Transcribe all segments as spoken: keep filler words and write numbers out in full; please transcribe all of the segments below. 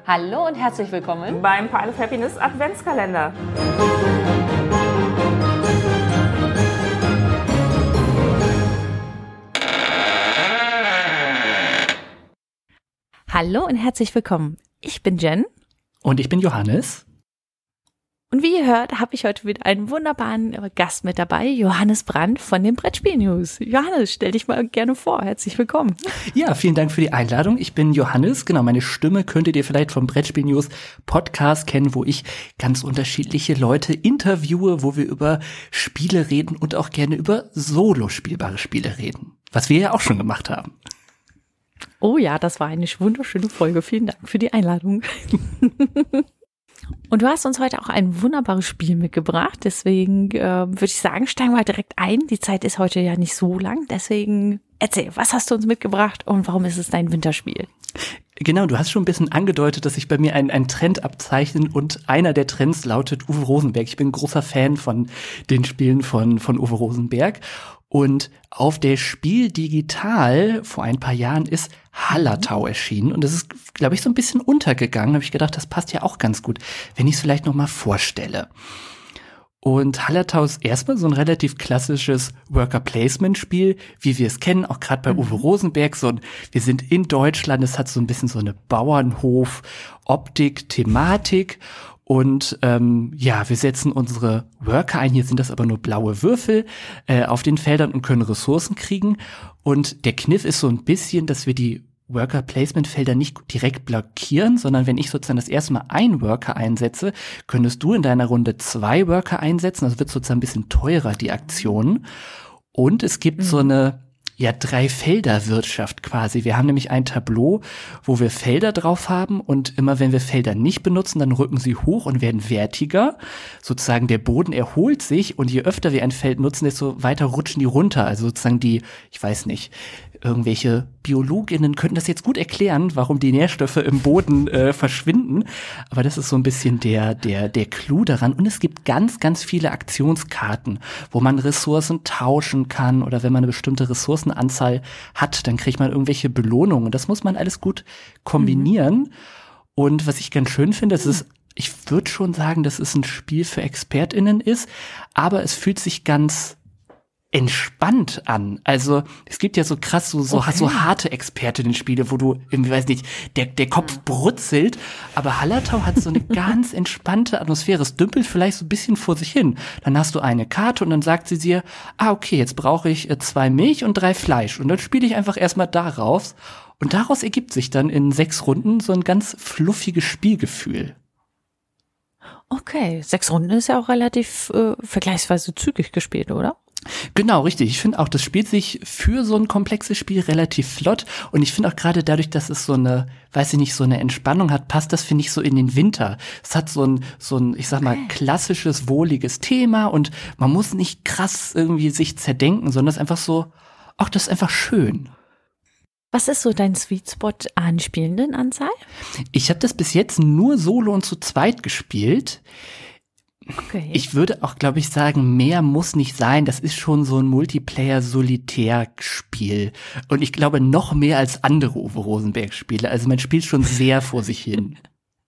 Hallo und herzlich willkommen beim Pile of Happiness Adventskalender. Hallo und herzlich willkommen. Ich bin Jen. Und ich bin Johannes. Und wie ihr hört, habe ich heute wieder einen wunderbaren Gast mit dabei, Johannes Brandt von den Brettspiel-News. Johannes, stell dich mal gerne vor. Herzlich willkommen. Ja, vielen Dank für die Einladung. Ich bin Johannes. Genau, meine Stimme könntet ihr vielleicht vom Brettspiel-News Podcast kennen, wo ich ganz unterschiedliche Leute interviewe, wo wir über Spiele reden und auch gerne über solo spielbare Spiele reden. Was wir ja auch schon gemacht haben. Oh ja, das war eine wunderschöne Folge. Vielen Dank für die Einladung. Und du hast uns heute auch ein wunderbares Spiel mitgebracht, deswegen äh, würde ich sagen, steigen wir direkt ein. Die Zeit ist heute ja nicht so lang, deswegen erzähl, was hast du uns mitgebracht und warum ist es dein Winterspiel? Genau, du hast schon ein bisschen angedeutet, dass sich bei mir ein, ein Trend abzeichnet und einer der Trends lautet Uwe Rosenberg. Ich bin ein großer Fan von den Spielen von, von Uwe Rosenberg. Und auf der Spiel Digital vor ein paar Jahren ist Hallertau erschienen. Und das ist, glaube ich, so ein bisschen untergegangen. Da habe ich gedacht, das passt ja auch ganz gut, wenn ich es vielleicht noch mal vorstelle. Und Hallertau ist erstmal so ein relativ klassisches Worker-Placement-Spiel, wie wir es kennen, auch gerade bei mhm. Uwe Rosenberg. So ein, wir sind in Deutschland, es hat so ein bisschen so eine Bauernhof-Optik, Thematik. Und ähm, ja, wir setzen unsere Worker ein, hier sind das aber nur blaue Würfel, äh, auf den Feldern und können Ressourcen kriegen. Und der Kniff ist so ein bisschen, dass wir die Worker-Placement-Felder nicht direkt blockieren, sondern wenn ich sozusagen das erste Mal einen Worker einsetze, könntest du in deiner Runde zwei Worker einsetzen. Das wird sozusagen ein bisschen teurer, die Aktion. Und es gibt mhm. so eine ja, Drei-Felder-Wirtschaft quasi. Wir haben nämlich ein Tableau, wo wir Felder drauf haben und immer wenn wir Felder nicht benutzen, dann rücken sie hoch und werden wertiger. Sozusagen der Boden erholt sich und je öfter wir ein Feld nutzen, desto weiter rutschen die runter. Also sozusagen die, ich weiß nicht, irgendwelche BiologInnen könnten das jetzt gut erklären, warum die Nährstoffe im Boden äh, verschwinden. Aber das ist so ein bisschen der, der, der Clou daran. Und es gibt ganz, ganz viele Aktionskarten, wo man Ressourcen tauschen kann oder wenn man eine bestimmte Ressourcenanzahl hat, dann kriegt man irgendwelche Belohnungen. Und das muss man alles gut kombinieren. Mhm. Und was ich ganz schön finde, das ist, ich würde schon sagen, dass es ein Spiel für ExpertInnen ist, aber es fühlt sich ganz entspannt an. Also es gibt ja so krass so so, okay. so harte Expertinnen-Spiele, wo du irgendwie, weiß nicht, der der Kopf brutzelt, aber Hallertau hat so eine ganz entspannte Atmosphäre. Es dümpelt vielleicht so ein bisschen vor sich hin. Dann hast du eine Karte und dann sagt sie dir, ah okay, jetzt brauche ich äh, zwei Milch und drei Fleisch und dann spiele ich einfach erstmal daraus und daraus ergibt sich dann in sechs Runden so ein ganz fluffiges Spielgefühl. Okay, sechs Runden ist ja auch relativ äh, vergleichsweise zügig gespielt, oder? Genau, richtig. Ich finde auch, das spielt sich für so ein komplexes Spiel relativ flott und ich finde auch gerade dadurch, dass es so eine, weiß ich nicht, so eine Entspannung hat, passt das, finde ich, so in den Winter. Es hat so ein, so ein, ich sag mal, klassisches, wohliges Thema und man muss nicht krass irgendwie sich zerdenken, sondern es ist einfach so, ach, das ist einfach schön. Was ist so dein Sweet Spot an Spielendenanzahl? Ich habe das bis jetzt nur solo und zu zweit gespielt. Okay. Ich würde auch, glaube ich, sagen, mehr muss nicht sein. Das ist schon so ein Multiplayer-Solitär-Spiel. Und ich glaube, noch mehr als andere Uwe Rosenberg-Spiele. Also man spielt schon sehr vor sich hin.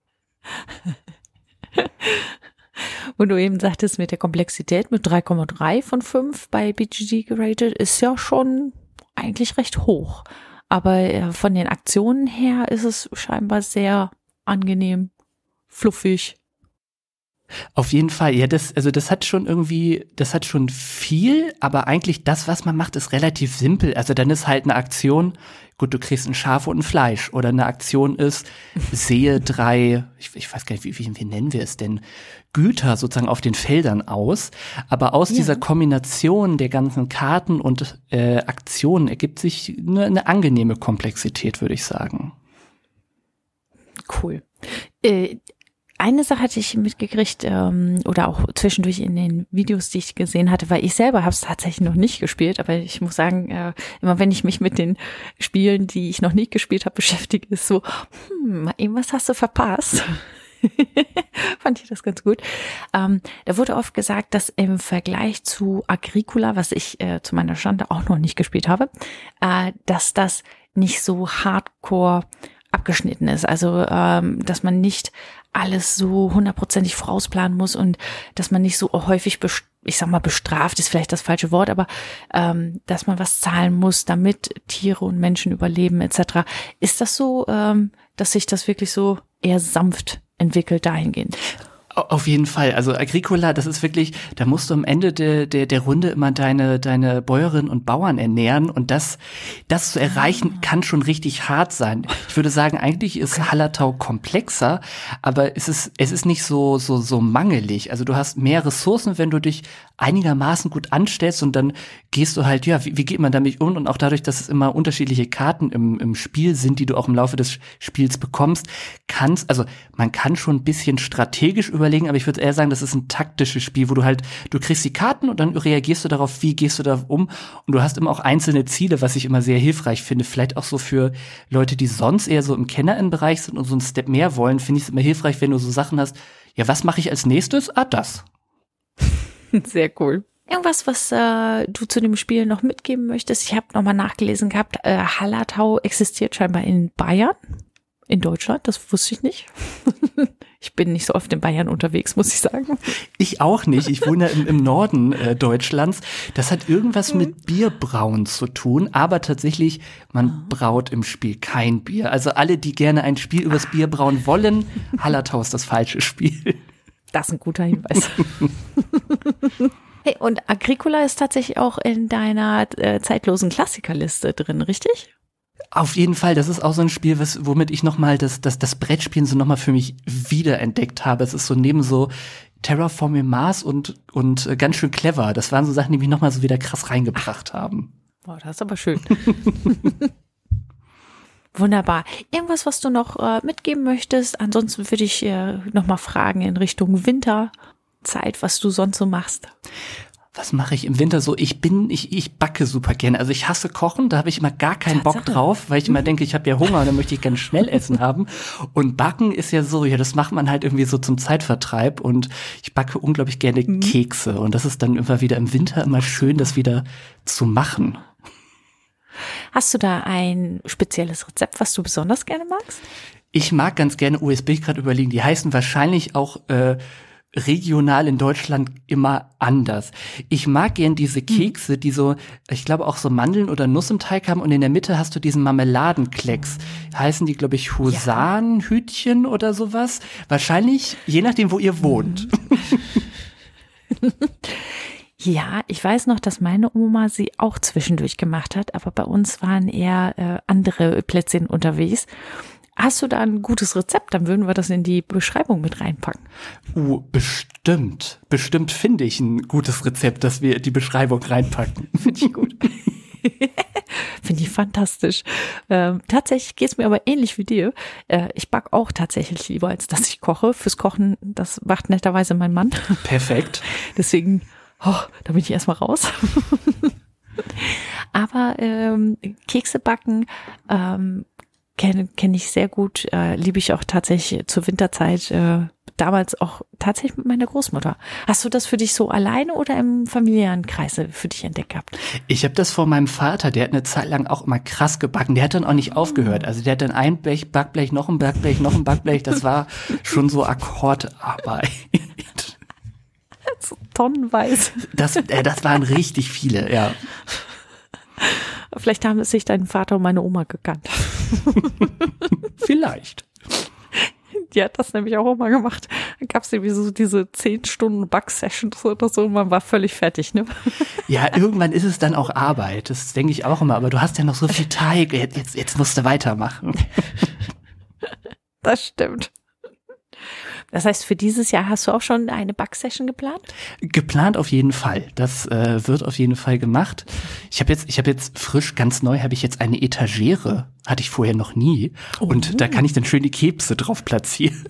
Und du eben sagtest, mit der Komplexität mit drei Komma drei von fünf bei B G G geratet ist ja schon eigentlich recht hoch. Aber von den Aktionen her ist es scheinbar sehr angenehm, fluffig. Auf jeden Fall, ja, das, also das hat schon irgendwie, das hat schon viel, aber eigentlich das, was man macht, ist relativ simpel. Also dann ist halt eine Aktion, gut, du kriegst ein Schaf und ein Fleisch. Oder eine Aktion ist, sehe drei, ich, ich weiß gar nicht, wie, wie, wie nennen wir es denn, Güter sozusagen auf den Feldern aus. Aber aus ja. dieser Kombination der ganzen Karten und äh, Aktionen ergibt sich eine, eine angenehme Komplexität, würde ich sagen. Cool. Äh, Eine Sache hatte ich mitgekriegt ähm, oder auch zwischendurch in den Videos, die ich gesehen hatte, weil ich selber habe es tatsächlich noch nicht gespielt, aber ich muss sagen, äh, immer wenn ich mich mit den Spielen, die ich noch nicht gespielt habe, beschäftige, ist so, hm, irgendwas hast du verpasst. Fand ich das ganz gut. Ähm, da wurde oft gesagt, dass im Vergleich zu Agricola, was ich äh, zu meiner Schande auch noch nicht gespielt habe, äh, dass das nicht so hardcore abgeschnitten ist. Also, ähm, dass man nicht alles so hundertprozentig vorausplanen muss und dass man nicht so häufig, best- ich sag mal, bestraft ist vielleicht das falsche Wort, aber ähm, dass man was zahlen muss, damit Tiere und Menschen überleben et cetera. Ist das so, ähm, dass sich das wirklich so eher sanft entwickelt dahingehend? Auf jeden Fall. Also Agricola, das ist wirklich, da musst du am Ende der, der, der Runde immer deine, deine Bäuerinnen und Bauern ernähren und das, das zu erreichen, kann schon richtig hart sein. Ich würde sagen, eigentlich ist Hallertau komplexer, aber es ist, es ist nicht so, so, so mangelig. Also du hast mehr Ressourcen, wenn du dich einigermaßen gut anstellst und dann gehst du halt, ja, wie, wie geht man damit um? Und auch dadurch, dass es immer unterschiedliche Karten im, im Spiel sind, die du auch im Laufe des Spiels bekommst, kannst, also man kann schon ein bisschen strategisch überlegen, aber ich würde eher sagen, das ist ein taktisches Spiel, wo du halt, du kriegst die Karten und dann reagierst du darauf, wie gehst du da um und du hast immer auch einzelne Ziele, was ich immer sehr hilfreich finde, vielleicht auch so für Leute, die sonst eher so im Kennerin-Bereich sind und so einen Step mehr wollen, finde ich es immer hilfreich, wenn du so Sachen hast, ja, was mache ich als nächstes? Ah, das. Sehr cool. Irgendwas, was äh, du zu dem Spiel noch mitgeben möchtest? Ich habe nochmal nachgelesen gehabt, äh, Hallertau existiert scheinbar in Bayern, in Deutschland, das wusste ich nicht. Ich bin nicht so oft in Bayern unterwegs, muss ich sagen. Ich auch nicht. Ich wohne im, im Norden äh, Deutschlands. Das hat irgendwas mhm. mit Bierbrauen zu tun, aber tatsächlich, man mhm. braut im Spiel kein Bier. Also alle, die gerne ein Spiel übers Bier brauen wollen, Hallertau ist das falsche Spiel. Das ist ein guter Hinweis. Hey, und Agricola ist tatsächlich auch in deiner äh, zeitlosen Klassikerliste drin, richtig? Auf jeden Fall, das ist auch so ein Spiel, was, womit ich nochmal das, das, das Brettspielen so nochmal für mich wiederentdeckt habe. Es ist so neben so Terraforming Mars und, und äh, ganz schön clever. Das waren so Sachen, die mich nochmal so wieder krass reingebracht haben. Boah, das ist aber schön. Wunderbar. Irgendwas, was du noch äh, mitgeben möchtest? Ansonsten würde ich äh, nochmal fragen in Richtung Winterzeit, was du sonst so machst. Was mache ich im Winter so? Ich bin, ich, ich backe super gerne. Also ich hasse Kochen, da habe ich immer gar keinen Bock drauf, weil ich immer denke, ich habe ja Hunger und dann möchte ich ganz schnell Essen haben. Und Backen ist ja so, ja, das macht man halt irgendwie so zum Zeitvertreib und ich backe unglaublich gerne mhm. Kekse und das ist dann immer wieder im Winter immer schön, das wieder zu machen. Hast du da ein spezielles Rezept, was du besonders gerne magst? Ich mag ganz gerne U S B gerade überlegen. Die heißen wahrscheinlich auch äh, regional in Deutschland immer anders. Ich mag gern diese Kekse, die so, ich glaube auch so Mandeln oder Nuss im Teig haben und in der Mitte hast du diesen Marmeladenklecks. Heißen die, glaube ich, Husanhütchen ja. oder sowas? Wahrscheinlich, je nachdem, wo ihr wohnt. Ja, ich weiß noch, dass meine Oma sie auch zwischendurch gemacht hat, aber bei uns waren eher äh, andere Plätzchen unterwegs. Hast du da ein gutes Rezept? Dann würden wir das in die Beschreibung mit reinpacken. Uh, bestimmt. Bestimmt finde ich ein gutes Rezept, das wir in die Beschreibung reinpacken. Finde ich gut. Finde ich fantastisch. Ähm, tatsächlich geht es mir aber ähnlich wie dir. Äh, ich backe auch tatsächlich lieber, als dass ich koche. Fürs Kochen, das macht netterweise mein Mann. Perfekt. Deswegen, oh, da bin ich erstmal raus. Aber ähm, Kekse backen, ähm, Kenne kenn ich sehr gut, äh, liebe ich auch tatsächlich zur Winterzeit, äh, damals auch tatsächlich mit meiner Großmutter. Hast du das für dich so alleine oder im familiären Kreise für dich entdeckt gehabt? Ich habe das von meinem Vater, der hat eine Zeit lang auch immer krass gebacken, der hat dann auch nicht aufgehört. Also der hat dann ein Blech, Backblech, noch ein Backblech, noch ein Backblech, das war schon so Akkordarbeit. So tonnenweise. Das, äh, das waren richtig viele, ja. Vielleicht haben es sich dein Vater und meine Oma gekannt. Vielleicht. Die hat das nämlich auch immer gemacht. Dann gab es irgendwie so diese zehn Stunden Back-Sessions oder so und man war völlig fertig, ne? Ja, irgendwann ist es dann auch Arbeit. Das denke ich auch immer. Aber du hast ja noch so viel Teig. Jetzt, jetzt musst du weitermachen. Das stimmt. Das heißt, für dieses Jahr hast du auch schon eine Backsession geplant? Geplant auf jeden Fall. Das äh, wird auf jeden Fall gemacht. Ich habe jetzt, ich habe jetzt frisch, ganz neu, habe ich jetzt eine Etagere. Hatte ich vorher noch nie. Oh. Und da kann ich dann schön die Kekse drauf platzieren.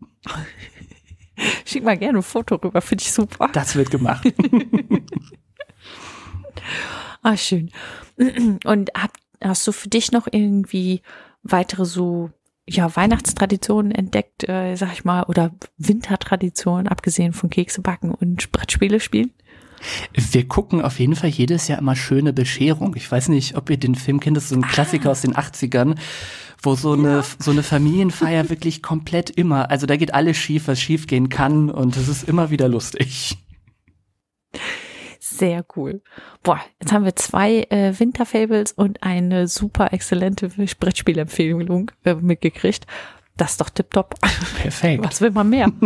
Schick mal gerne ein Foto rüber, finde ich super. Das wird gemacht. Ah, schön. Und hab, hast du für dich noch irgendwie weitere so ja, Weihnachtstraditionen entdeckt, äh, sag ich mal, oder Wintertraditionen, abgesehen von Kekse backen und Brettspiele spielen? Wir gucken auf jeden Fall jedes Jahr immer Schöne Bescherung. Ich weiß nicht, ob ihr den Film kennt, das ist so ein Klassiker ah. aus den achtzigern, wo so ja. eine so eine Familienfeier wirklich komplett immer, also da geht alles schief, was schief gehen kann und es ist immer wieder lustig. Sehr cool. Boah, jetzt haben wir zwei äh, Winterfables und eine super exzellente Brettspielempfehlung äh, mitgekriegt. Das ist doch tipptopp. Perfekt. Was will man mehr?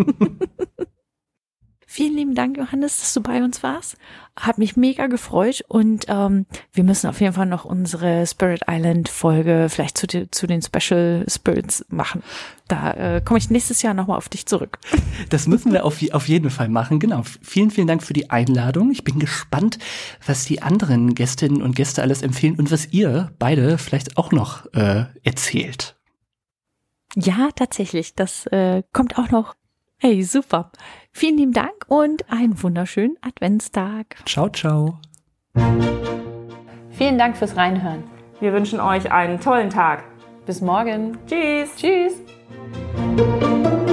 Vielen lieben Dank, Johannes, dass du bei uns warst. Hat mich mega gefreut und ähm, wir müssen auf jeden Fall noch unsere Spirit Island Folge vielleicht zu, die, zu den Special Spirits machen. Da äh, komme ich nächstes Jahr nochmal auf dich zurück. Das müssen wir auf, auf jeden Fall machen, genau. Vielen, vielen Dank für die Einladung. Ich bin gespannt, was die anderen Gästinnen und Gäste alles empfehlen und was ihr beide vielleicht auch noch äh, erzählt. Ja, tatsächlich. Das äh, kommt auch noch. Hey, super. Vielen lieben Dank und einen wunderschönen Adventstag. Ciao, ciao. Vielen Dank fürs Reinhören. Wir wünschen euch einen tollen Tag. Bis morgen. Tschüss. Tschüss.